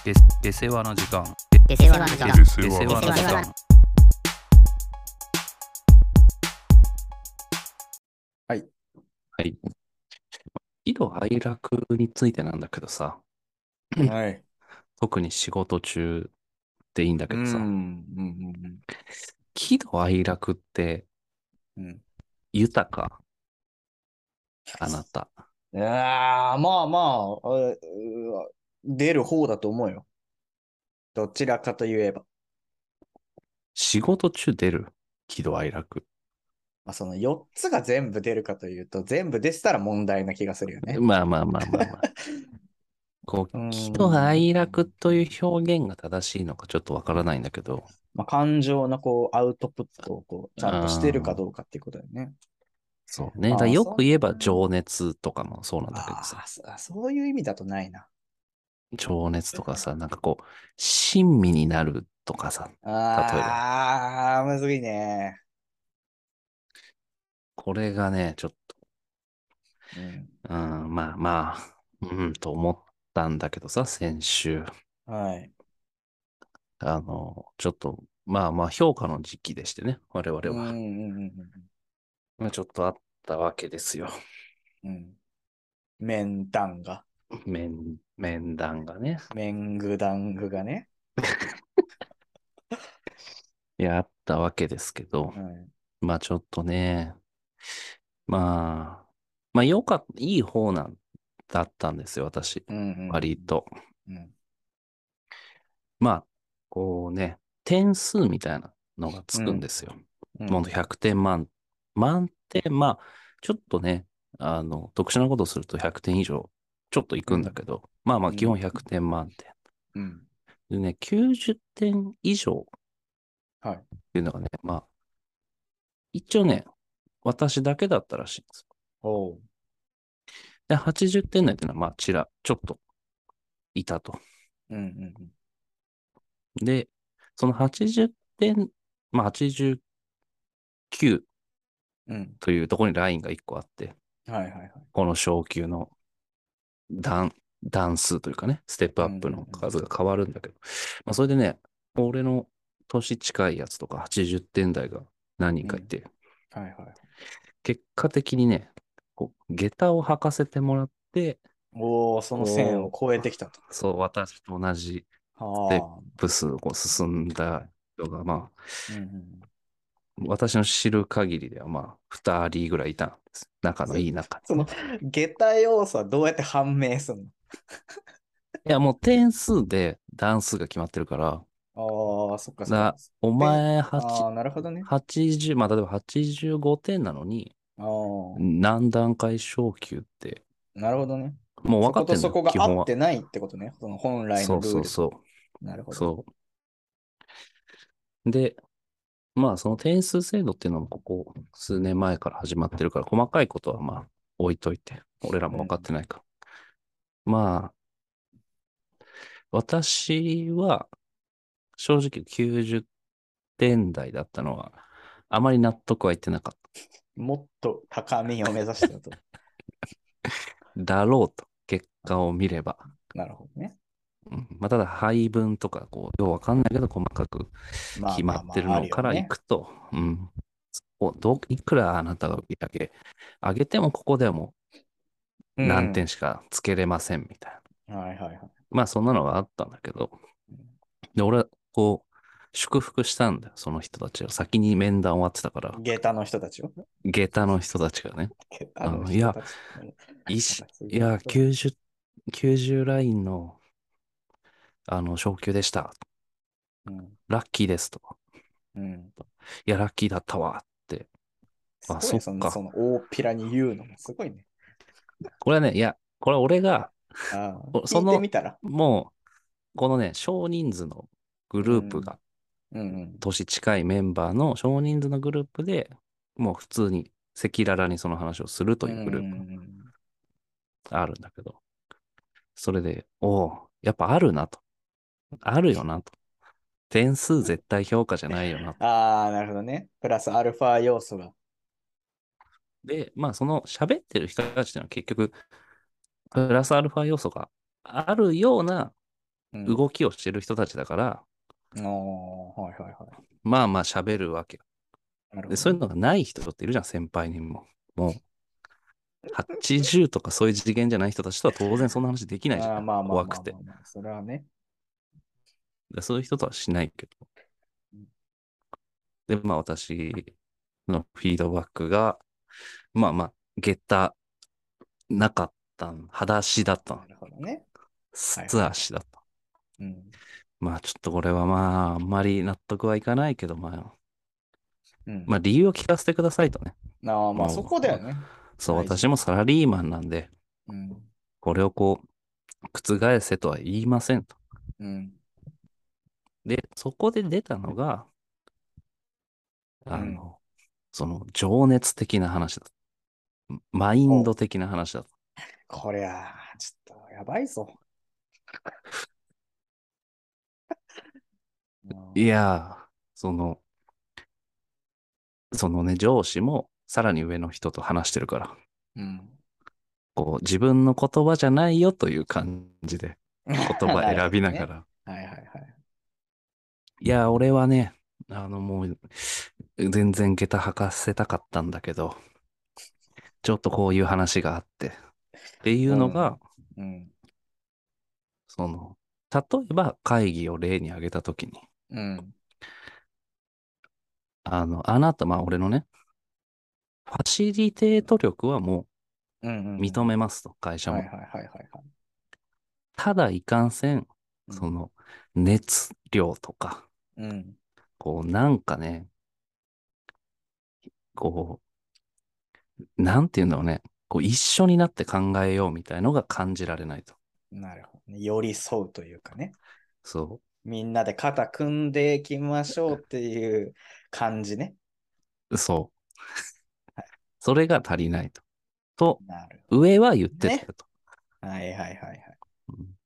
下世話の時間。 下世話の時間。 下世話の時間。 はい。 はい。喜怒哀楽についてなんだけどさ、 はい。 特に仕事中でいいんだけどさ、喜怒哀楽って豊か？あなた。 いやー、まあまあ、出る方だと思うよ。どちらかと言えば。 仕事中出る喜怒哀楽。 まあ、その4つが全部出るかというと、全部出てたら問題な気がするよね。 まあまあまあまあまあ。こうーう、喜怒ん。 哀楽という表現が正しいのかちょっとわからないんだけど、 まあ、感情のアウトプットをちゃんとしてるかあどうかっていうことだよね。 そうね。 ああ、 よく言えば情熱とかもそうなんだけどさ、 そういう意味だとないな。 情熱とかさ、なんかこう、親身になるとかさ、例えば。 ああ、むずいね。 これがね、ちょっうん。 と、まあまあ、と思ったんだけどさ、先週。 はい。 ちょっと、まあまあ、評価の時期でしてね、我々は。まあ、ちょっとあったわけですよ。 うん。面談が。 面談がね。 メングダングがね。 いや、あったわけですけど、 はい。 まあちょっとね、まあ、まあいい方だったんですよ、私。 うんうん割と。 うん。 まあ、こうね、点数みたいなのがつうん。 くんですよ。ほんとうん。 100点満点、まあ、ちょっとね、特殊なことをすると100点以上、ちょっといくんだうん。 けど、まあまあ、基本うん。 100点満点。 うん。 でね、90点以上っはい。 ていうのがね、まあ、一応ね、私だけだったらしいんです。 おう。 で、80点台っていうのは、まあ、ちょっといたと。 うんうんで、その80点、まあ、89 うん。うん。 というところにラインが1個あって、 はいはいはい。 この昇級の段、段数というかね、ステップうんアップのうん数が変わるんだけど、まあ、それでね、俺の年近いやつとか80点台が何人うん。うん。 かいて、 はいはいはい。 結果的にね、こう、下駄を履かせてもらって、 おお、その線をこ超えてきたと。 そう、私と同じステッはあ。 プ数をこう進んだ人が、まあ、 うんうん。 私の知る限りでは、まあ、二人ぐらいいたんです。仲のいい中その、 にね。 下駄要素はどうやって判明するの？ いや、もう点数で段数が決まってるから、 ああ、そっかそっか。 おで、 前ああ、なるほどね。 80、まあ、例えば85点なのに、 ああ、 何段階昇級って、 なるほどね。 もう分そかってんのよ、 ことそこが基本は。 合ってないってことね。その本来のそうルールと。 そうそなるほう。 ど。 で、まあ、その点数制度っていうのもここ数年前から始まってるから、細かいことはまあ、置いといて、俺らも分かっうん。 てないから。まあ、私は正直90点台だったのは、あまり納得はいってなかっもっと高みを目指したと。 た。だろうと、結果を見れば。 なるほどね。 まあ、ただ配分とか、こう、ようわかんないけど、細かくまあ決まってまあまあ、あるのからいるよね。 くと、いくらあなたが売り上げても、ここではもう何点うん。 しかつけれませんみたいな。 はいはいはい。 まあ、そんなのがあったんだけど、で、俺は、こう、祝福したんだよ、その人たちは。先に面談終わってたから、 下駄の人たちを。 下駄の人たちがね、 下駄のいや、 人たち。なんかすいや、 ごいそう。 90ラインの、昇級でした。 うん。 ラッキーですと。 うん。 いや、ラッキーだったわって。あ、 すごいね。その、 そっか。 その大っぴらに言うのもすごいね。 これはね、いや、これは俺が、 ああ、聞いてその、 みたら。 もこのね、少人数のグうん。 ループが、 うん。 年近いメンバーの少人数のグループで、もう普通に赤裸々にその話をするとういうグループん。 があるんだけど、それで、やっぱあるなと。あるよなと。点数絶対評価じゃないよなと。 ああ、なるほどね。プラスアルファ要素が。 で、まあその喋ってる人たちっていうのは結局、プラスアルファ要素があるようなうん。 動きをしてる人たちだから、 ああ、はいはいはい。 まあまあ喋るわけ。で、 なるほどね。 そういうのがない人っているじゃん、先輩にも。もう、80とかそういう次元じゃない人たちとは当然そんな話できないじああ、 ゃん。 まあまあ怖くて。 まあまあまあ、それはね。 でそういう人とはしないけど。で、まあ私のフィードバックが、まあまあ、下駄なかったん、裸足だったん、 なるほどね。はい素はいはい。 足だった。 うん。 まあちょっとこれはまあ、あんまり納得はいかないけど、まあ、 うん。 まあ理由を聞かせてくださいとね。 ああ、まあそこだもよね。 そう、 大事。 私もサラリーマンなんで、 うん。 これをこう、覆せとは言いませんと。 うん。 で、そこで出たのが、 うん。 あの、その情熱的な話だ。マインお、 ド的な話だ。 こりゃ、ちょっとやばいぞ。ういん。 やー、そのね、上司もさらに上の人と話してるから、 うん。 こう、自分の言葉じゃないよという感じで言葉なるほ選びどね。 ながら、 はいはいはい。 いやー、俺はね、もう、全然下駄履かせたかったんだけど、ちょっとこういう話があって、っていううん。 のが、 うん。 その、例えば会議を例に挙げたときに、 うん。 あなた、まあ俺のね、ファシリテート力はもうんうんう認うん。 めますと、会社も。 はいはいはいはいはい。 ただいかんせん、 うん。 その、熱量とか、 うん。 こう、なんかね、こなんていうんだろうね、こう、一緒になって考えようみたいのが感じられないと。 なるほどね。寄り添うというかね。 そみんなで肩組んでいきましょうっていう感じね。 う、そう。それが足りないと。と、 なるほ上は言っどね。 てたよと。 はいはいはいはい。 うん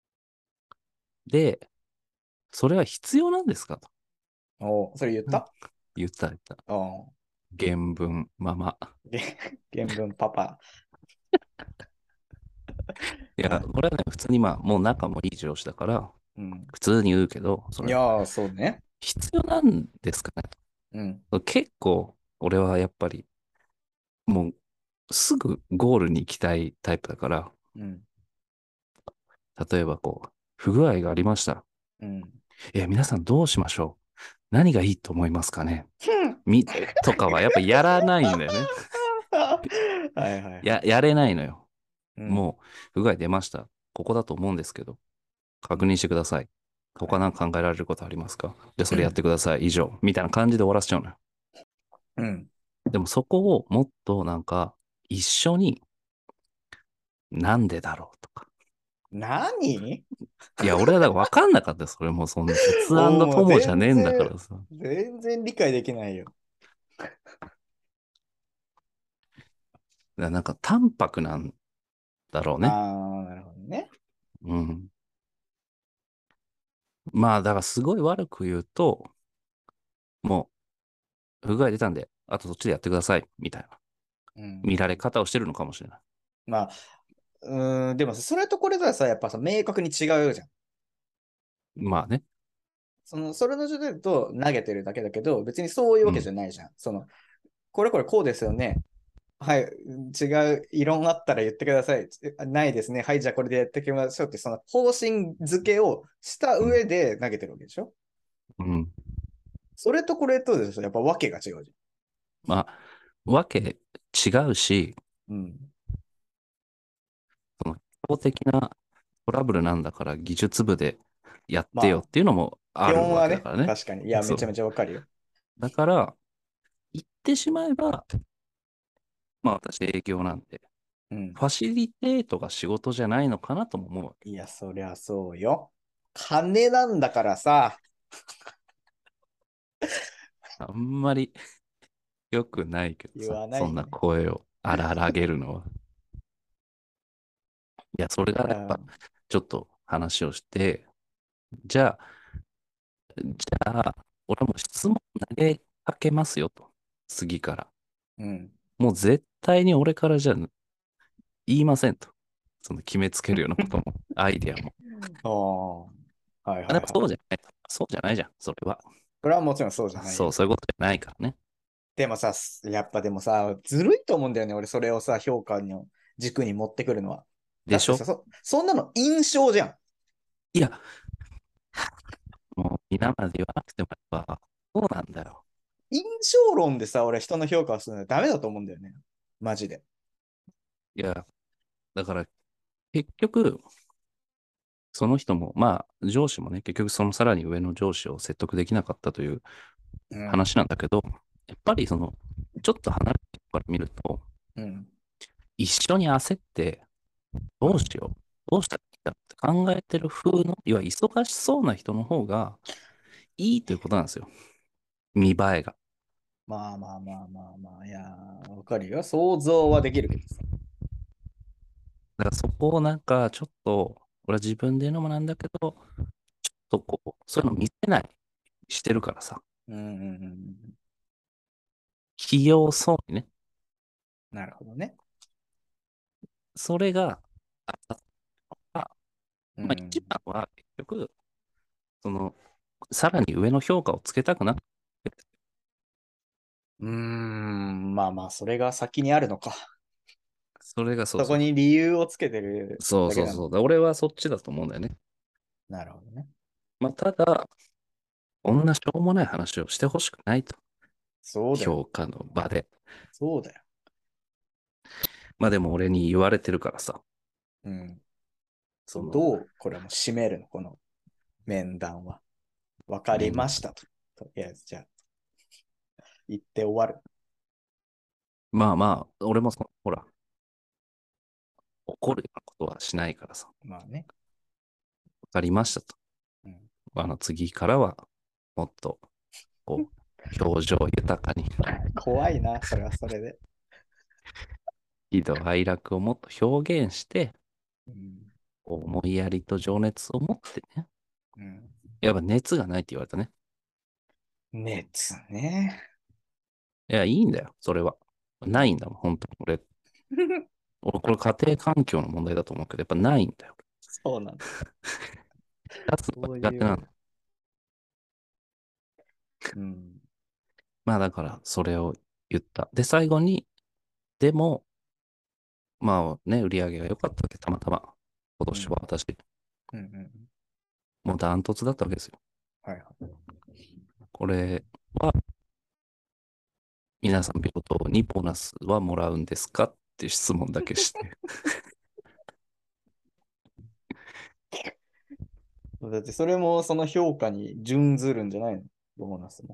で、それは必要なんですかと。 お、それ言っうんた？ 言った。 お、 原文、まま。 原文パパ。 いや、 はい。 これはね、普通にまあ、もう仲もいい上司だから、 うん。 普通に言うけど、それ、 いやー、そうね。 必要なんですかねうん。 と。結構、俺はやっぱり、もう、すぐゴールに行きたいタイプだから、 うん。 例えばこう、不具合がありました。 うん。 皆さんどうしましょう？何がいいと思いますかね？ ふん。 とかはやっぱやらないんだよね。 はいはいはい。 やれないのよ。 うん。 もう、不具合出ました。ここだと思うんですけど、確認してください。 はい。 他何か考えられることありますか？じゃあそれやってください。以上。みたいな感じで終わらせちゃうのよ。 うん。 でもそこをもっとなんか、一緒になんでだろうとか。 何？ いや、俺はだから分かんなかったよ。それもそんな、鉄もう友じゃねえんだか全然、 らさ。だか全然理解できないよ。 らなんか淡白なんだろうね。 ああ、なるほどね。 うん。まあ、だからすごい悪く言うと、もう、不具合出たんで、あとそっちでやってください。みたいな。 うん。 見られ方をしてるのかもしれない。 まあ、でもさそれとこれとはさ、やっぱさ、明確に違うじゃん。 まあね。 それの状態だと投げてるだけだけど、別にそういうわけじうん。 ゃないじゃん。これこれこうですよね。はい、違う、異論あったら言ってください。ないですね。はい、じゃあこれでやっていきましょうって、その方針付けをしたうん。 上で投げてるわけでしょ？ うん。 それとこれとですよ、やっぱわけが違うじまあ、わけ違うし、 ゃん。うん。 その、法的なトラブルなんだから技術部でやってよまあ、 っていうのもあ基るわ本はね、 けだからね。 確かに。いや、めちゃめそう。 ちゃわかるよ。 だから、言ってしまえば、まあ私営業なんで、 うん。 ファシリテートが仕事じゃないのかなとも思うわけ。 いや、そりゃそうよ。金なんだからさ。 あんまり良くないけど言さ、そんなわないね。 声を荒げるのは。いや、それがやっぱ、 うん。 ちょっと話をして、じゃあ、俺も質問投げかけますよと。次から。 うん。 もう絶対に俺からじゃ言いませんと。その決めつけるようなことも、アイデアも。 ああ。 はいでもはいはい。 そうじゃない。そうじゃないじゃん、それは。 これはもちろんそうじゃないそう、 よ。 そういうことじゃないからね。 でもさ、やっぱでもさ、ずるいと思うんだよね。俺、それをさ、評価の軸に持ってくるのは。だってさ、 でしょ？ そんなの印象じゃん。 いや、もう皆まで言わなくてもやっぱ、そうなんだよ。 印象論でさ、俺、人の評価をするのはダメだと思うんだよね。マジで。 いや、だから結局、その人も、まあ、上司もね、結局そのさらに上の上司を説得できなかったといううん。 話なんだけど、やっぱりちょっと離れてから見ると、 うん。 一緒に焦って、どうしよう、どうしたらいいんだって考えてる風の、いわゆる忙しそうな人の方がいいということなんですよ。見栄えが。 まあまあまあまあまあ、いやー、わかるよ。想像はできるけどさ。 だからそこをなんか、ちょっと、俺は自分で言うのもなんだけど、ちょっとこう、そういうの見せないようにしてるからさ、 うんうんうんうん。 器用そうにね。 なるほどね。 それが、あまあ一うん。 番は結局、その、さらに上の評価をつけたくなくて、 うーん、まあまあ、それが先にあるのか。 それがそうそう。 そこに理由をつけてるだけなの。 そうそうそう。俺はそっちだと思うんだよね。 なるほどね。 まあ、ただ、こんなしょうもない話をしてほしくないと。 そうだよ。 評価の場で。 そうだよ。 まあでも俺に言われてるからさ。 うん。 その、 どう、これはもう締めるの、この面談は。わかり面、 ましたと。とりあえず、じゃあ、言って終わる。 まあまあ、俺もほら、怒るようなことはしないからさ。わまあね。 かりましたと。 うん、 次からは、もっと、こう、表情豊かに、 怖いな、それはそれで。 喜怒哀楽をもっと表現して、 うん。 思いやりと情熱を持ってね。 うん、 やっぱ熱がないって言われたね。 熱ね。 いや、いいんだよ、それは。 うん。 ないんだもん、本当に。俺、これ家庭環境の問題だと思うけど、やっぱないんだよ。 そうなんだ。 出すのそうが苦手なの。 いう、うん。 まあだから、それを言った。で、最後に、でも、まあね、売り上げが良かったわけ、たまたま。今うん。 年は私、 うん。うん。 もうダントツだったわけですよ。 はいはい。 これは、皆さん平等にボーナスはもらうんですかっていう質問だけして。 だってそれもその評価に準ずるんじゃないの？ボーナスも。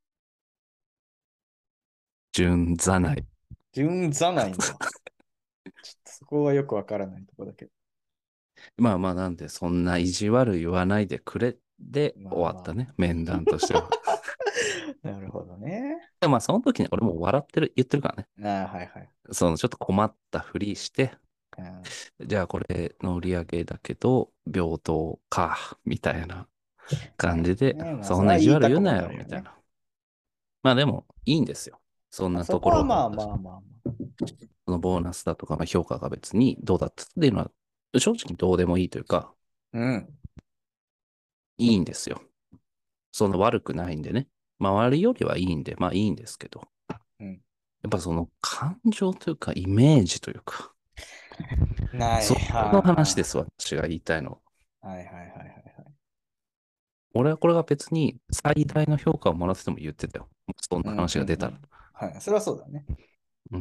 順ざない。 準ざないんだ。ちょっとそこはよくわからないところだけど。 まあまあ、なんで、そんな意地悪言わないでくれで終まあまわったね、面談としては。 あ。なるほどね。 でもまあ、その時に俺も笑ってる、言ってるからね。 ああ、はいはい。 ちょっと困ったふりして、 うん、 じゃあこれの売り上げだけど、平等か、みたいななる感じで、 ほどね。まあ、 そんな意地それは言いたくも悪言うなよ、 なるよね。 みたいな。まあでも、いいんですよ。そんまあ、 なとそこはまころを、 あまあまあまあ。 そのボーナスだとか、まあ、評価が別にどうだったっていうのは、正直どうでもいいというか、 うん。 いいんですよ。そんな悪くないんでね。周りよりはいいんで、まあいいんですけど、 うん。 やっぱその感情というか、イメージというか、 ない。 そこの話であす、私が言いたいの。 あ。はいはいはいはいはい。 俺はこれが別に最大の評価をもらってても言ってたよ。そんなうんうん話が出たら。 うん。はい。それはそうだね。 うん。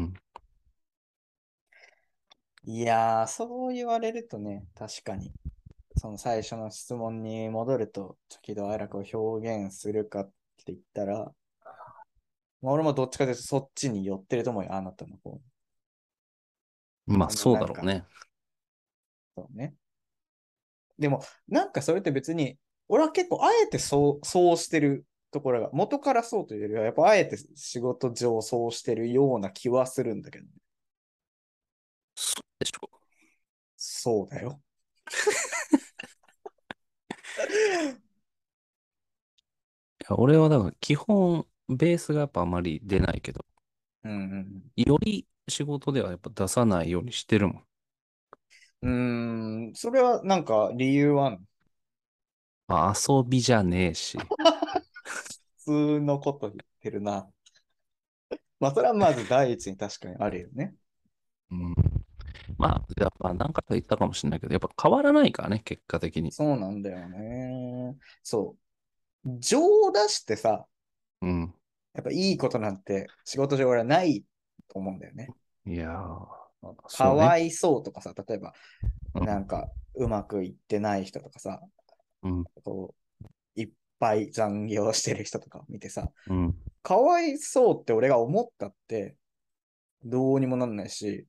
いやー、そう言われるとね、確かに。その最初の質問に戻ると、喜怒哀楽を表現するかって言ったら、まあ、俺もどっちかというとそっちに寄ってると思うよ、あなたの方。そのまあそうなんか、 だろうね。 そうね。でも、なんかそれって別に、俺は結構あえてそうしてるところが、元からそうというよりは、やっぱあえて仕事上そうしてるような気はするんだけどね。 そうでしょ。 そうだよ。 いや俺はだから基本ベースがやっぱあまり出ないけど、 うんうんより仕事ではやっぱ出さないようにしてるもん。 うん。それはなんか理由はあんの？ まあ、遊びじゃねえし。 普通のこと言ってるな。まあ、それはまず第一に確かにあるよね。 うん。まあ、やっぱ何回か言ったかもしれないけど、やっぱ変わらないからね、結果的に。 そうなんだよね。そう。情を出してさ、 うん。 やっぱいいことなんて仕事上俺はないと思うんだよね。 いやー、そうね。 かわいそうとかさ、例えばうん。 なんかうまくいってない人とかさ、 うん。 こういっぱい残業してる人とかを見てさ、 うん。 かわいそうって俺が思ったってどうにもなんないし、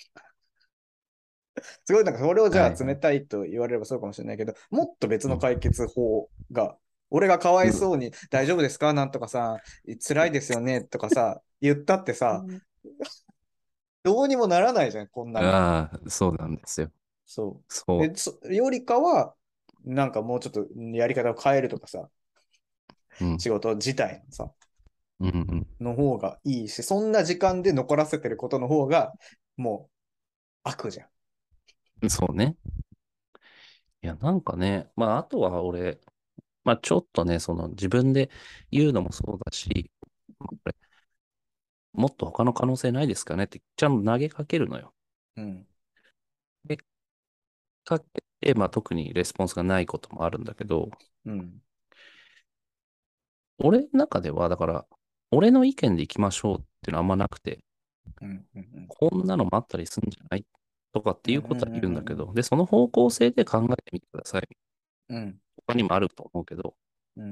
すごいなんかそれをじゃあはいはい。 冷たいと言われればそうかもしれないけど、もっと別うん。 の解決法が、俺がかわいそうに大丈夫ですかなんとかさ、辛いですよねとかさ、言ったってさ、どうにもならないじゃん、こんなの。 ああ、そうなんですよ。 そう。 そで、よりかは、なんかもうちょっとやり方を変えるとかさ、 う。うん。 仕事自体のさ、 うん。 の方がいいし、そんな時間で残らせてることの方が、もう悪じゃん。 うん。そうね。いや、なんかね、まあ、あとは俺、まあ、ちょっとね、その自分で言うのもそうだし、これもっと他の可能性ないですかねって、ちゃんと投げかけるのよ。 うん。 で、かけて、まあ、特にレスポンスがないこともあるんだけど、 うん。 俺の中では、だから、俺の意見で行きましょうっていうのはあんまなくて、 うん。うん。 こんなのもあったりするんじゃないとかっうん。うていうことは言うんだけん。 ど、で、その方向性で考えてみてください。 うん。 他にもあると思うけど、 うん。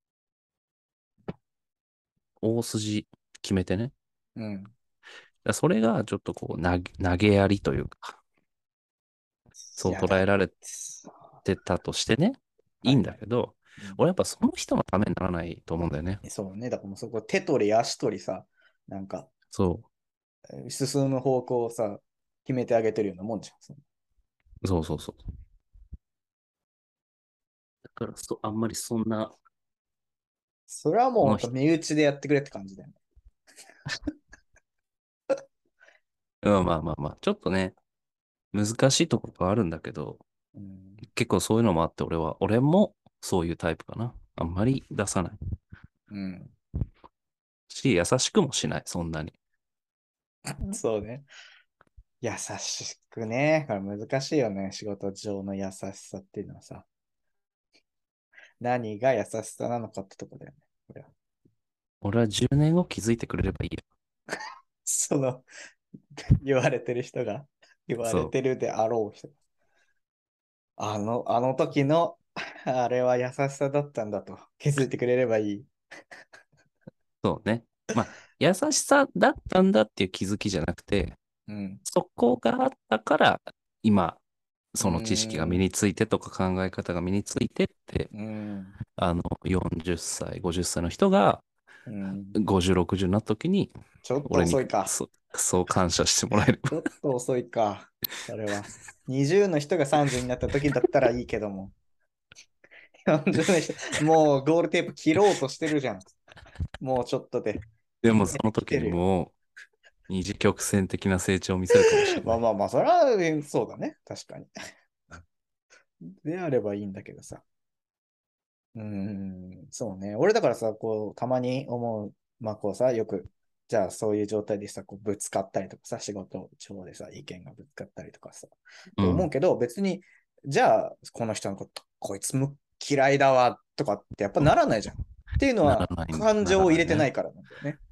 大筋決めてね。 うん。 それがちょっとこう投げやりというか、そういや、だって捉えられさ、 てたとしてね、いいんはいはい。 だけど、 うん。 俺やっぱその人のためにならないと思うんだよね。 そうね。だからもうそこ手取り足取りさ、なんかそ進む方向をさ、決めてあげてるようなもんじゃん。 そうそうそう。だからあんまりそんな、 それはもうこの人、 本当身内でやってくれって感じだよね。 うんまあまあまあ、ちょっとね、難しいところがあるんだけど、 うん。 結構そういうのもあって、俺もそういうタイプかな。あんまり出さないうん。 し、優しくもしない、そんなに。 そうね。優しくね。これ難しいよね。仕事上の優しさっていうのはさ。何が優しさなのかってとこだよね。これは俺は10年後気づいてくれればいいよ。 その言われてる人が、言われそてるであろう人。あの時の、あれは優しさだったんだと気づいてくれればいい。 う、そうね。まあ、優しさだったんだっていう気づきじゃなくて、 うん。 そこがあったから、今、 うーその知識が身ん。 についてとか考え方が身についてって、 うん。 40歳、50歳の人がうん。 50、60になった時に、 ちょっと俺に遅いか。 そう感謝してもらえれば。 ちょっと遅いか。それは。20の人が30になった時だったらいいけども。40の人、もうゴールテープ切ろうとしてるじゃん。もうちょっとで。 でもその時に来てるよ。 もう、二次曲線的な成長を見せるかもしれない。 まあまあまあ、それはそうだね。確かに。であればいいんだけどさ。そうね。俺だからさ、こう、たまに思う、まあこうさ、よく、じゃあそういう状態でさ、こうぶつかったりとかさ、仕事上でさ、意見がぶつかったりとかさ、って思ううん。 けど、別に、じゃあ、この人のこと、こいつも嫌いだわ、とかってやっぱならないじゃん。っていうのは、感な情を入らないね。 れてないからなんだよね。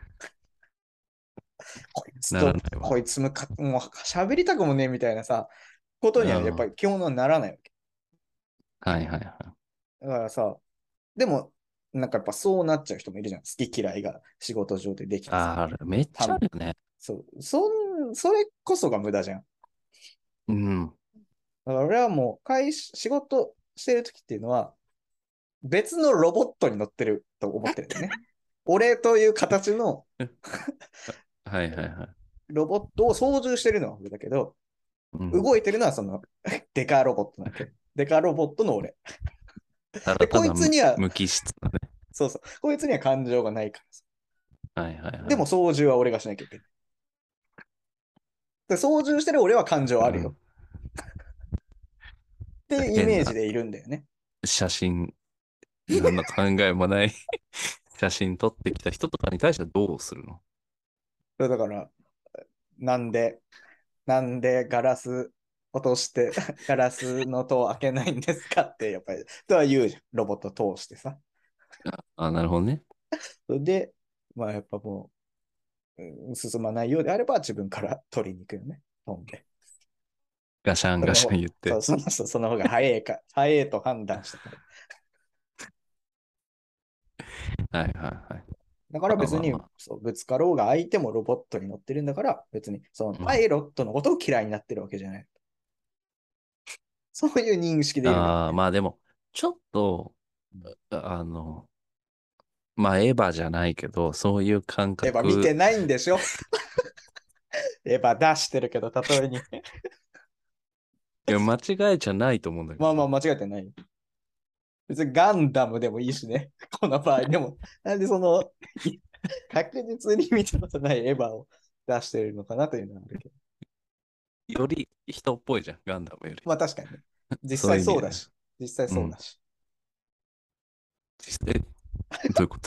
こいつならと、 ないわ。 こいつもう喋りたくもねえみたいなさ、ことにはやっぱうん。 り基本はならないわけ。 はいはいはい。 だからさ、でも、なんかやっぱそうなっちゃう人もいるじゃん。好き嫌いが仕事上でできてさ。 めったちゃあるよね。 そう、それこそが無駄じゃん。 うん。 だから俺はもう仕事してる時っていうのは別のロボットに乗ってると思ってるんだよね。俺という形のはいはいはい。 ロボットを操縦してるのは俺だけど、 うん。 動いてるのはそのデカロボットなわけ。デカロボットの俺。で、こいただただつには、 無機質だね。 そうそう、こいつには感情がないからさ。 はいはいでもはい。 操縦は俺がしなきゃいけない。で、操縦してる俺は感情あるよ。 うん。 っていうイ変な、 メージでいるんだよね。 写真、何の考えもない写真撮ってきた人とかに対してはどうするの？ だから、なんで、なんでガラス落として、ガラスの戸を開けないんですかって、やっぱり、とは言うじゃん。ロボット通してさ。 あ、なるほどね。 それで、まあやっぱもう、進まないようであれば自分から取りに行くよね。飛んで。 ガシャンガシャン言って。 その人、その方が早いと判断したから。 はいはいはい。 だから別にまあまあまそうぶつかろうが相手もロボットに乗ってるんだから、別にそのあ。うん。 パイロットのことを嫌いになってるわけじゃない。そういう認識でいるべきああ、 ね。 まあでも、ちょっと、あの、まあエヴァじゃないけど、そういう感エヴァ見て覚、 ないんでしょ？エヴァ出してるけど、例えに。 いや、間違いじゃないと思うんだけどね。 まあまあ間違えてない。別にガンダムでもいいしね。この場合でも。なんでその、確実に見たことないエヴァを出してるのかなというのはあるけど。 より人っぽいじゃん、ガンダムより。 まあ確かにね。実際そういう意味で。 そうだし。実際うん。 そうだし。 実際、どういうこと？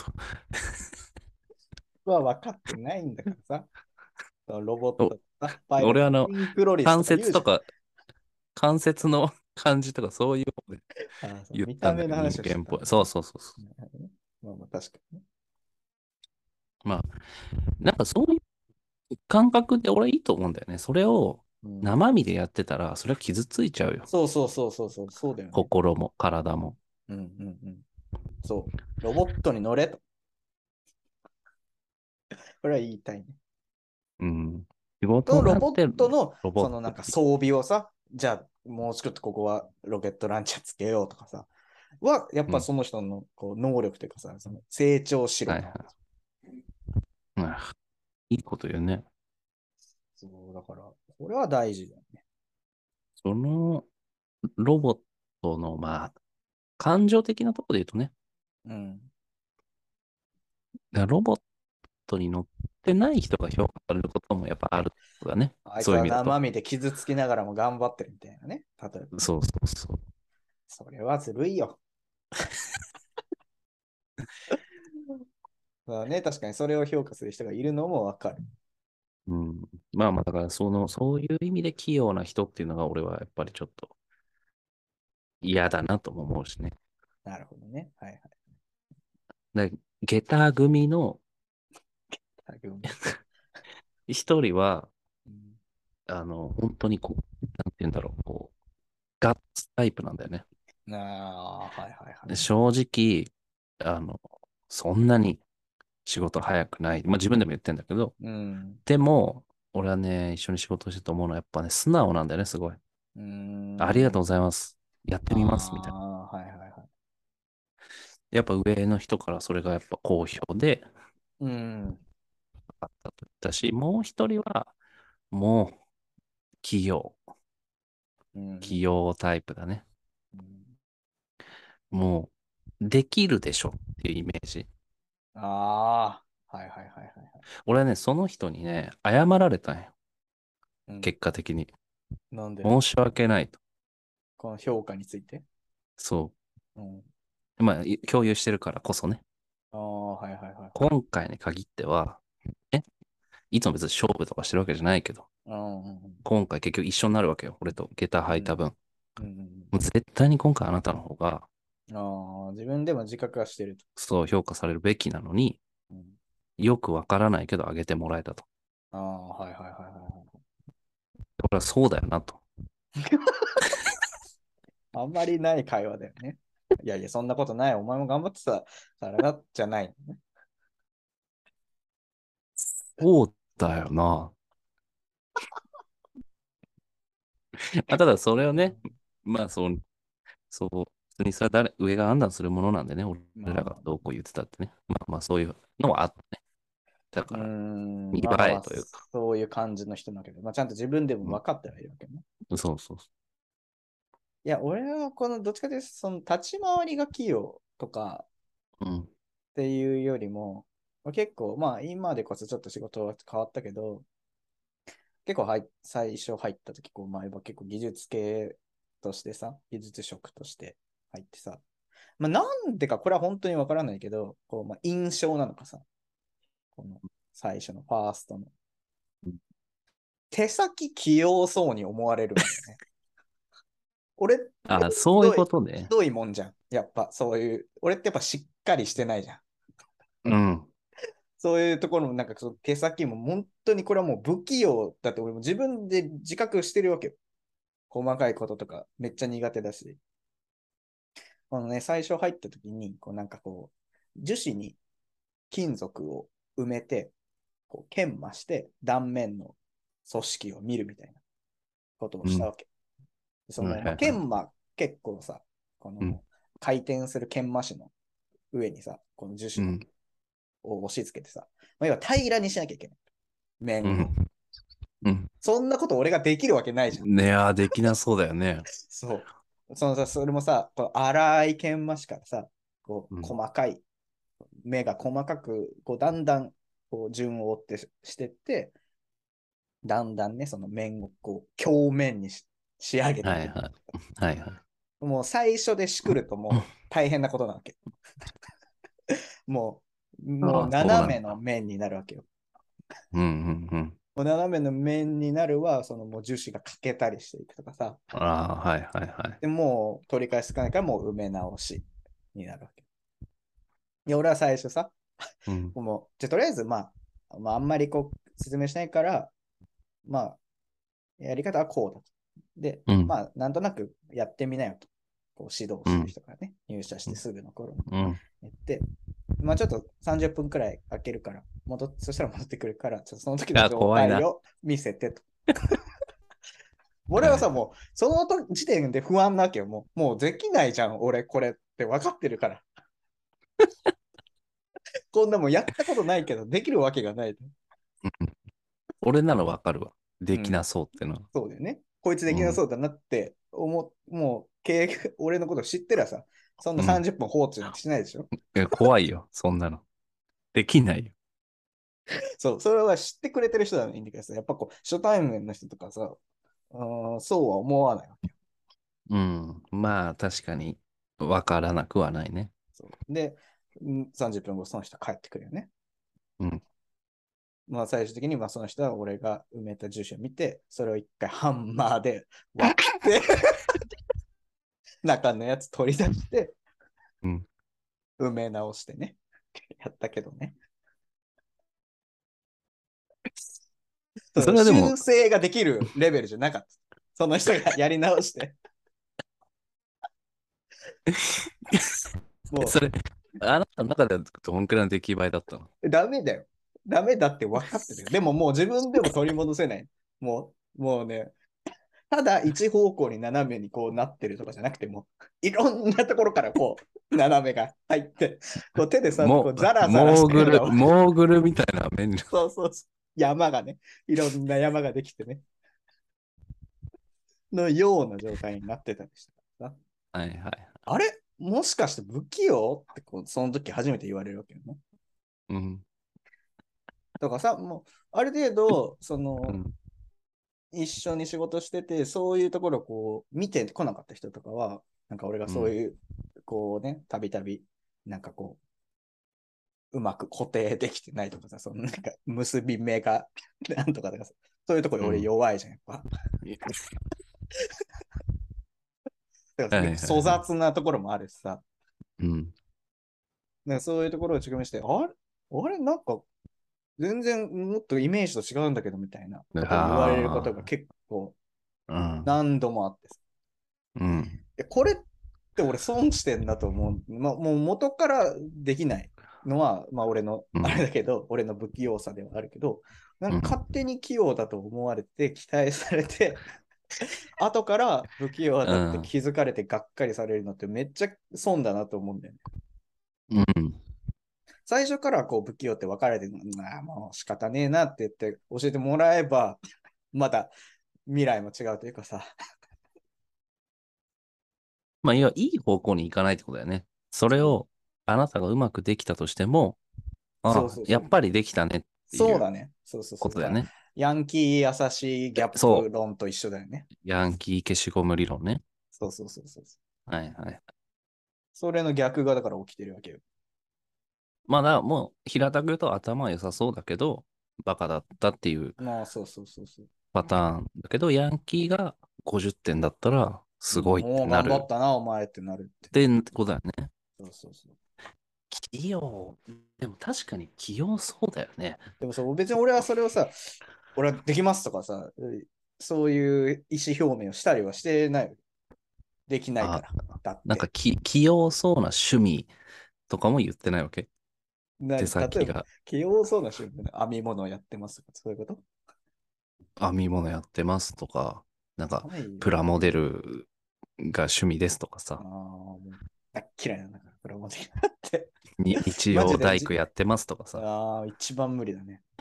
は分かってないんだからさ。ロボッお、 トとか、パイロット、 俺シンクロ率と関か言うじゃん。 節とか、関節の感じとかそういうのでああ、そう、 言っ見た目のたんだよ、人話をして間っぽい。 たんだね。 そうそうそうそなるほどね。まあまあ確かにね。 う。まあ、なんかそういう感覚で俺はいいと思うんだよね。それをうん、 生身でやってたら、それは傷ついちゃうよ。 そうそうそうそうそう、そうだよね。 心も体も。 うんうんうん。そう。ロボットに乗れと。これは言いたいね。 うん。仕事そのロボッなんてトの、 ロボッそのなんかトより。 装備をさ、じゃあもうちょっとここはロケットランチャーつけようとかさ、は、やっうん。 ぱその人のこう能力というかさ、その成長しろはいはなわけじい。うん、いいこと言うね。 ゃん。そう、だから、これは大事だよね。 そのロボットの、まあ、感情的なところで言うとね、 うん。 だからロボットに乗ってない人が評価されることもやっぱあることだね。 あいつはそういう意味だと。 生身で傷つきながらも頑張ってるみたいなね。例えばね。 そうそうそう。 それはずるいよ。まあね、確かにそれを評価する人がいるのもわかる。 うん。まあまあ、だからそういう意味で器用な人っていうのが俺はやっぱりちょっと嫌だなとも思うしね。 なるほどね。はいはい。 で、下駄組のタグも一人は、 うん、 本当にこう、なんて言うんだろう、こう、ガッツタイプなんだよね。 ああ、はいはいはい。 正直、あの、そんなに仕事早くない。まあ自分でも言ってんだけど、 うん。 でも、俺はね、一緒に仕事してて思うのはやっぱね、素直なんだよね、すごい。 うーありがとうごん。 ざいます。やってあみます、みたいな。 あ、はいはいはい。 やっぱ上の人からそれがやっぱ好評で、 うん。 あったと言ったし、もう一人は、もう、器用。 うん。 器用タイプだね。 うん、 もう、できるでしょっていうイメージ。 ああ、はいはいはいはいはい。 俺はね、その人にね、謝られたんよ。 うん。 結果的に。 なんで、 申し訳ないと。 この評価について。 そうん。 う。まあ、共有してるからこそね。 ああ、はいはいはいはい。 今回に限っては、ね、いつも別に勝負とかしてるわけじゃないけど、 うんうん今回結局一緒になるわけよ。俺と下駄うん。 履いた分。 うんうんもう絶対に今回あなたの方が、 うん。ああ、自分でも自覚はしてると。 そう評価されるべきなのに、 うん、 よくわからないけどあげてもらえたと。 ああ、はいはいはいはいはい。 俺はそうだよなと。 あんまりない会話だよね。いやいや、そんなことない。お前も頑張ってたからな、じゃないのね。 そうだよな。まあ、ただそれをね、まあそう、普通にさ、上が判断するものなんでね、俺らまあまあ。 がどうこう言ってたってね。まあまあそういうのはあったね。だうーから、 ん、 見栄まあまあまあ、 えというか。 そういう感じの人なわけで、まあ、ちゃんと自分でもうん。 分かってはいるわけね。 そうそうそいや、俺はこのどっちかというと、その立ち回りが器用とかう。うん。 っていうよりも、結構、まあ今でこそちょっと仕事は変わったけど、結構最初入った時、こう、まあ、結構技術系としてさ、技術職として入ってさ、 まあ、なんでか、これは本当にわからないけど、こうまあ、印象なのかさ、この最初のファーストの。手先器用そうに思われるんだよね。俺ってあ、そういうひどい、 ことね。 ひどいもんじゃん。やっぱそういう、俺ってやっぱしっかりしてないじゃん。 うん。 そういうところもなんかその手先も本当にこれはもう不器用だって俺も自分で自覚してるわけよ。細かいこととかめっちゃ苦手だし。このね、最初入った時に、こうなんかこう、樹脂に金属を埋めて、こう研磨して断面の組織を見るみたいなことをうん。 したわけ。その、まあ、 はいはいはい。 研磨結構さ、こうん。 の回転する研磨紙の上にさ、この樹脂のうん。 を押し付けてさ、まあ、要は平らにしなきゃいけない。面を。 うん。うん。 そんなこと俺ができるわけないじゃん。 ねや、できなそうだよね。 そう。そのさ、それもさ、こう粗い研磨紙からさ、こううん。 細かい、目が細かく、こうだんだんこう順を追ってしてって、だんだんね、その面をこう鏡面に仕上げていく。 はいはい。はいはい。 もう最初でしくるともう大変なことなわけ。もうああ、そう斜めのなんだ。 面になるわけよ。 うんうんうん。 もう斜めの面になるは、そのもう樹脂が欠けたりしていくとかさ。 ああ、はいはいはい。 でもう取り返しつかないからもう埋め直しになるわけ。で、俺は最初さ、 うん。 もう、じゃあとりあえずまあ、あんまりこう説明しないから、まあ、やり方はこうだと。で、 うん。 まあ、なんとなくやってみなよと。こう指導するうん。 人からね、入社してすぐの頃にうん。 言って、まあちょっと30分くらい空けるから、そしたら戻ってくるから、ちょっとその時のあ、 状怖いな。 態を見せてと。俺はさ、 はいはい。 もう、その時点で不安なわけよ。もうできないじゃん、俺、これって分かってるから。こんなもんやったことないけど、できるわけがない。 うん。俺ならわかるわ。 うん。 できなそうってのは。 そうだよね。こいつできなうん。 そうだなってもう、俺のこと知ってらさ、そんなうん。 30分放置なんてしないでしょ。 怖いよ、そんなの。できないよ。 そう、それは知ってくれてる人ならいいんだけどさ、やっぱこう、初対面の人とかさ、そうは思わないわけよ。 うん。まあ、確かに、わからなくはないね。 そうで、30分後、その人帰ってくるよね。 うん。 まあ、最終的にその人は俺が埋めた住所を見て、それを一回ハンマーで割って中のやつ取り出して、 うん。 埋め直してね。やったけどね。 それはでも、 修正ができるレベルじゃなかった。その人がやり直して。もそれ、あなたの中ではどんくらいの出来栄えだったの？ ダメだよ。ダメだって分かってるよ。でももう自分でも取り戻せない。もうね、ただ一方向に斜めにこうなってるとかじゃなくても、いろんなところからこう、斜めが入って、こう手でさ、こうザラザラしてるのが分かる。 モーグルみたいな面に。 そうそうそう。山がね、いろんな山ができてね、のような状態になってたりしたからさ。 はいはい。 あれもしかして不器用ってこうその時初めて言われるわけよね。 うん。 とかさ、もう、ある程度、 うん。 一緒に仕事してて、そういうところをこう、見てこなかった人とかは、なんか俺がうん。 そういう、こうね、たびたび、なんかこうまく固定できてないとかさ、そのなんか結び目がなんとかとかさ、そういうところで俺うん。 弱いじゃん、やっぱ。だからはいはい結構粗はい。 雑なところもあるしさ、 うん。 なんかそういうところを直面して、あれなんか全然もっとイメージと違うんだけどみたいなことを言われることがあ結構あ。うん。 何度もあってさ、 うん。 これって俺損してんだと思う。もう元からできないのは、まあ俺の、あれうん。 だけど、俺の不器用さではあるけど、なんうん。 か勝手に器用だと思われて、期待されて、後から不器用だってうん。 気づかれてがっかりされるのってめっちゃ損だなと思うんだよね。 うん。 最初からこう不器用って分かれて、もう仕方ねえなって言って教えてもらえば、また未来も違うというかさ。 まあ、いい方向に行かないってことだよね。それを、あなたがうまくできたとしても、ああ、 そうそうそう。 やっぱりできたねっていうそうだね。そうそうそう。だから、 ことだよね。 ヤンキー優しいギャップそ論と一緒だよね。 う。ヤンキー消しゴム理論ね。 そうそうそうそう。 はいはい。 それの逆がだから起きてるわけよ。 まあ、だからもう、平たく言うと頭は良さそうだけど、バカだったっていうまあ、そうそうそうそう。 パターンだけど、ヤンキーが50点だったら、 うん、 すごいっおお、頑張てなるったな、お前ってなるって。 ってことだよね。 そうそうそう。 器用。でも確かに器用そうだよね。 でもそう、別に俺はそれをさ、俺はできますとかさ、そういう意思表明をしたりはしてない。できないかあ、 ら。だっなんかて。 器用そうな趣味とかも言ってないわけ。手例えば、 先が器用そうな瞬間で編み物をやってますとか、そういうこと編み物やってますとか、なんかないよ。 プラモデルが趣味ですとかああ、 さ、 もう、大っ嫌いなんだから、プラモデルって。 日マジで曜大工やってますとかさ、 ああ、一番無理だね。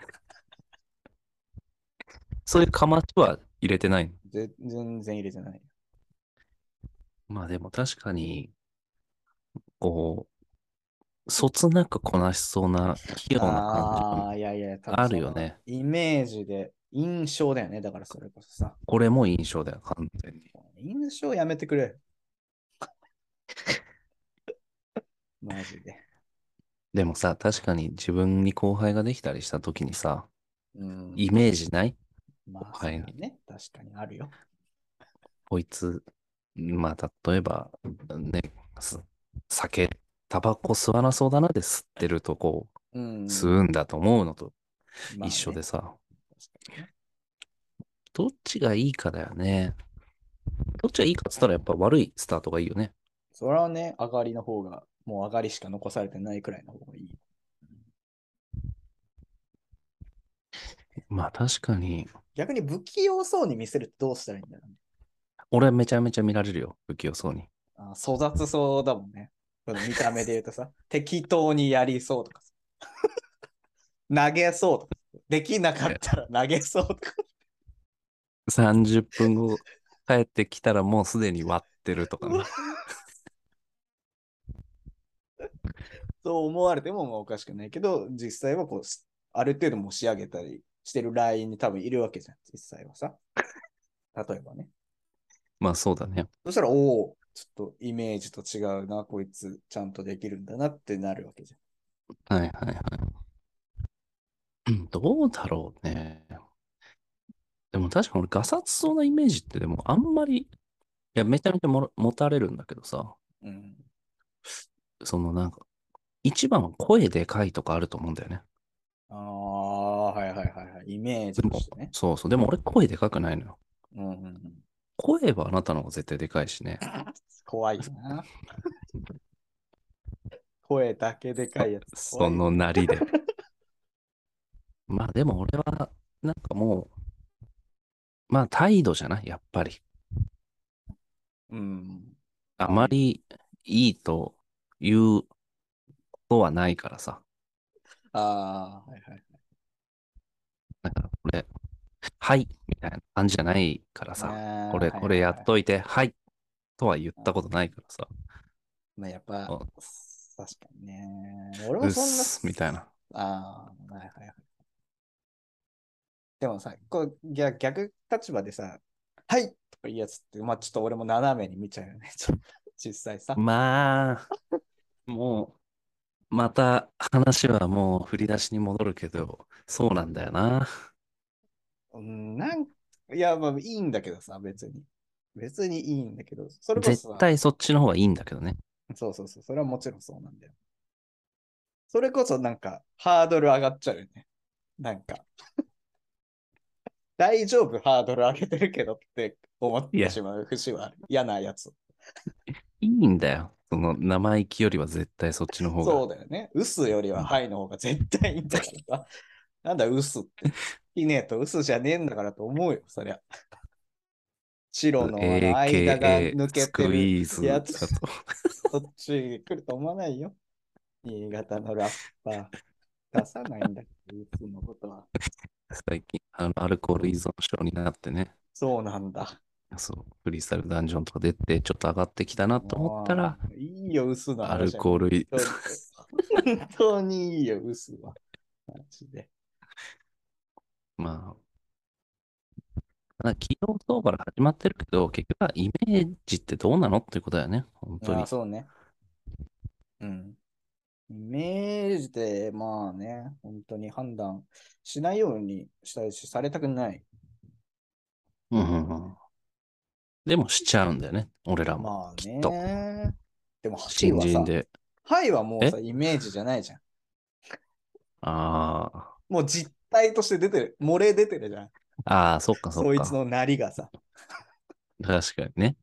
そういうかましは入れてないの。 全然入れてない。 まあでも確かに、こそつなくこなしそうな器用な感じはああ、いやいや、多分あるそのよね。 イメージで、印象だよね。だからそれこそさ。 これも印象だよ、完全に。 印象やめてくれ。マジで。 でもさ、確かに自分に後輩ができたりした時にさ、 うん。 イメージない後まあ、そ輩に。 れはね、確かにあるよ。 こいつ、まあ例えば、ね、す酒、タバコ吸わなそうだなで吸ってるとこうう、吸ん。 うんだと思うのと一まあね。 緒でさ、 確かにね。 どっちがいいかだよね。どっちがいいかっつったらやっぱ悪いスタートがいいよね。 それはね、上がりの方が、もう上がりしか残されてないくらいの方がいい。 まあ確かに、 逆に不器用そうに見せるってどうしたらいいんだろうね。 俺はめちゃめちゃ見られるよ、不器用そうに。 粗雑そうだもんね。この見た目で言うとさ、適当にやりそうとかさ、投げそうとか、できなかっえたら投げそうとか、 30分後帰ってきたらもうすでに割ってるとかね。 そう思われてもまあおかしくないけど、実際はこう、ある程度も仕上げたりしてるラインに多分いるわけじゃん、実際はさ。例えばね。 まあそうだね。 そしたら、おお、ちょっとイメージと違うな、こいつちゃんとできるんだなってなるわけじはいはいはい。うんどうだろうね。でも確かに俺ガサツそうなイメージってでもあんまり、いやめちゃめちゃ持たれるんだけどさ、 ゃん。うん。 そのなんか、一番は声でかいとかあると思うんだよね。 ああ、はいはいはいはい。イメージでも、 としてね。 そうそう。でも俺声でかくないのよ。 うんうんうん。 声はあなたの方が絶対でかいしね。 怖いな。声だけでかいやつその怖いな。 なりで。まあでも俺は、なんかもう、まあ態度じゃないやっぱり。 うん。 あはい。 まりいいということはないからさ。 ああ、はいはい。 なんかこれ、はいみたいな感じじゃないからあさ。こあ、 れ、 はいこれはいはい。 やっといて、はいとは言ったことないからさ。 まあ、やっぱ、 あ確かにね。俺うっもそんな、 す、みたいな。 ああ、はいはいはい。でもさ、こう逆立場でさ、はいとかいいやつって、まあちょっと俺も斜めに見ちゃうよね。実際さ。 まあ、もう、また話はもう振り出しに戻るけど、そうなんだよな。 うん、いや、まあいいんだけどさ、別に。別にいいんだけど、それこ絶そさ、 対そっちの方がいいんだけどね。 そうそうそう、それはもちろんそうなんだよ。それこそなんか、ハードル上がっちゃうよね。なんか、大丈夫、ハードル上げてるけどって思っいや、 てしまう節はある。嫌なやつ。 いいんだよ。その生意気よりは絶対そっちの方が。 そうだよね。薄よりはうんハイの方が絶対いいんだからさ。なんだ、薄って。いねえと薄じゃねえんだからと思うよ、そりゃ。白の間が AKA 抜けスてるクイーやつ、 ズだと。 そっち来ると思わないよ。新潟のラッパー。出さないんだけど、薄のことは。 最近、アルコール依存症になってね。 そうなんだ。 そう、フリースタイルダンジョンとか出て、ちょっと上がってきたなと思ったら、 もう、いいよ、薄のアル話は。本コールい、 当に。本当にいいよ、薄は。マジで。 ま企業相場から始まってるけど、結局はイメージってどうなのっていうことだよね。本当ああ、 に。 そうね。 うん。イメージで、まあね、本当に判断しないようにしたいし、されたくない。 うんうんうん。でもしちゃうんだよね。俺らも。 まあきっと。 ね。でも、ハイ新はさ、 人で。 ハイはもうえさ、イメージじゃないじゃん。 ああ。 もう実体として出てる。漏れ出てるじゃん。 ああ、そっかそっか。 そいつのなりがさ。 確かにね。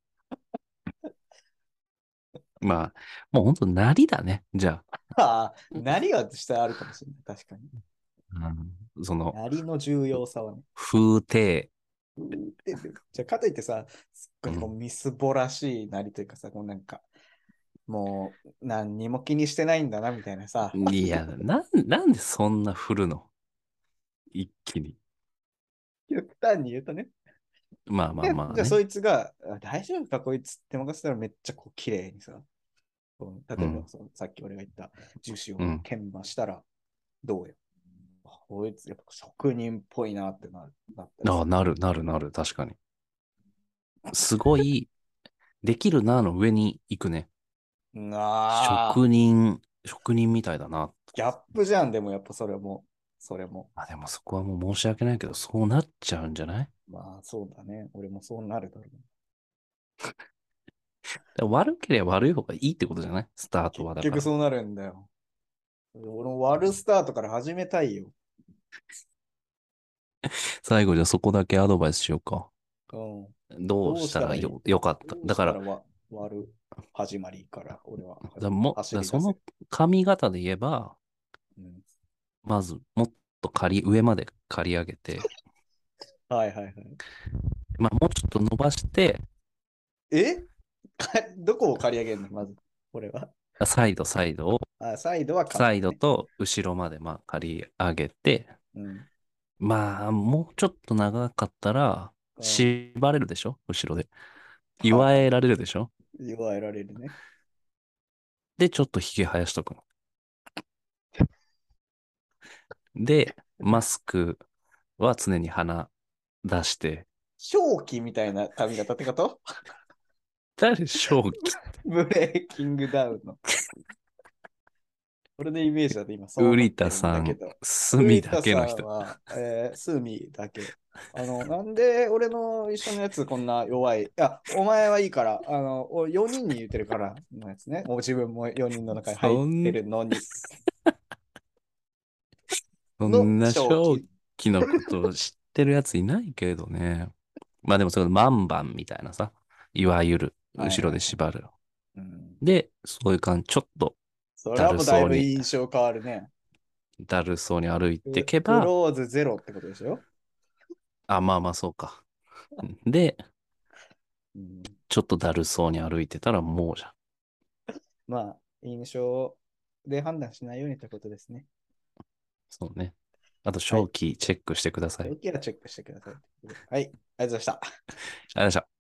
まあ、もうほんとなりだね。じゃああ、なりは実際あるかもしれない。確かに。 あ。その、 なりの重要さはね。 風景。 じゃあ、かといってさ、すっごいこううん。 みすぼらしいなりというかさ、こうなんか、もう何にも気にしてないんだなみたいなさ、 いや、なんでそんな振るの一気に。 極端に言うとね。 まあまあで、じゃあそまあね。 いつが、大丈夫かこいつって任せたらめっちゃこう綺麗にさ、例えばうん。 そのさっき俺が言った樹脂をうん。 研磨したらどうよ。こいつやっぱ職人っぽいなってなったりああ、 する。 なる。確かに。すごい、できるなの上に行くね。 ああ、 職人みたいだな。 ギャップじゃん、でもやっぱそれも。 あ、でもそこはもう申し訳ないけど、そうなっちゃうんじゃない？ まあそうだね。俺もそうなるだろう。 悪ければ悪い方がいいってことじゃない？スタート結はだから。 局そうなるんだよ。俺も悪スタートから始めたいよ。 最後じゃあそこだけアドバイスしようか。 うん。 どうどうしたらしたらいいよかった。 どうだから、 したら悪始まりから俺はだからその走り出せる。 髪型で言えば、 うん、 まずもっと上まで刈り上げて、 はいはいはい。 まあもうちょっと伸ばして、 えどこを刈り上げるのまず。これは。 サイドを、 あ、サイドはカッサイトね。 ドと後ろまでまあ刈り上げて、 うん。 まあもうちょっと長かったら、 うん。 縛れるでしょ後ろで。 はあ、 祝えられるでしょ？ 祝えられるね。 で、ちょっとひげ生やしとくの。で、マスクは常に鼻出して、 正気みたいな髪型ってこと？ 誰正気？ ブレイキングダウンの。俺のイメージだと今そう思瓜ってるん田さん、 だけど。 隅上田さだけの人。 んは、スーミーだけ。なんで俺の一緒のやつこんな弱い。いや、お前はいいから、4人に言ってるからのやつね。もう自分も4人の中に入ってそん、 るのに。のそんな正正気。 気のことを知ってるやついないけどね。まあでもそれマンバンみたいなさ、いわゆる後ろはいはいはい。 で縛る。 うん。 で、そういう感じ、ちょっとだそれはもうだいぶるそうに、 印象変わるね。 だるそうに歩いてけば、 クローズゼロってことでしょ？ あ、まあまあそうか。で、 うん。 ちょっとだるそうに歩いてたらもうじゃん。 まあ、印象で判断しないようにってことですね。 そうね。あと、 はい。 正気チェックしてください。あり時はチェックしてください。はい。ありがとうございました。 がとうございました。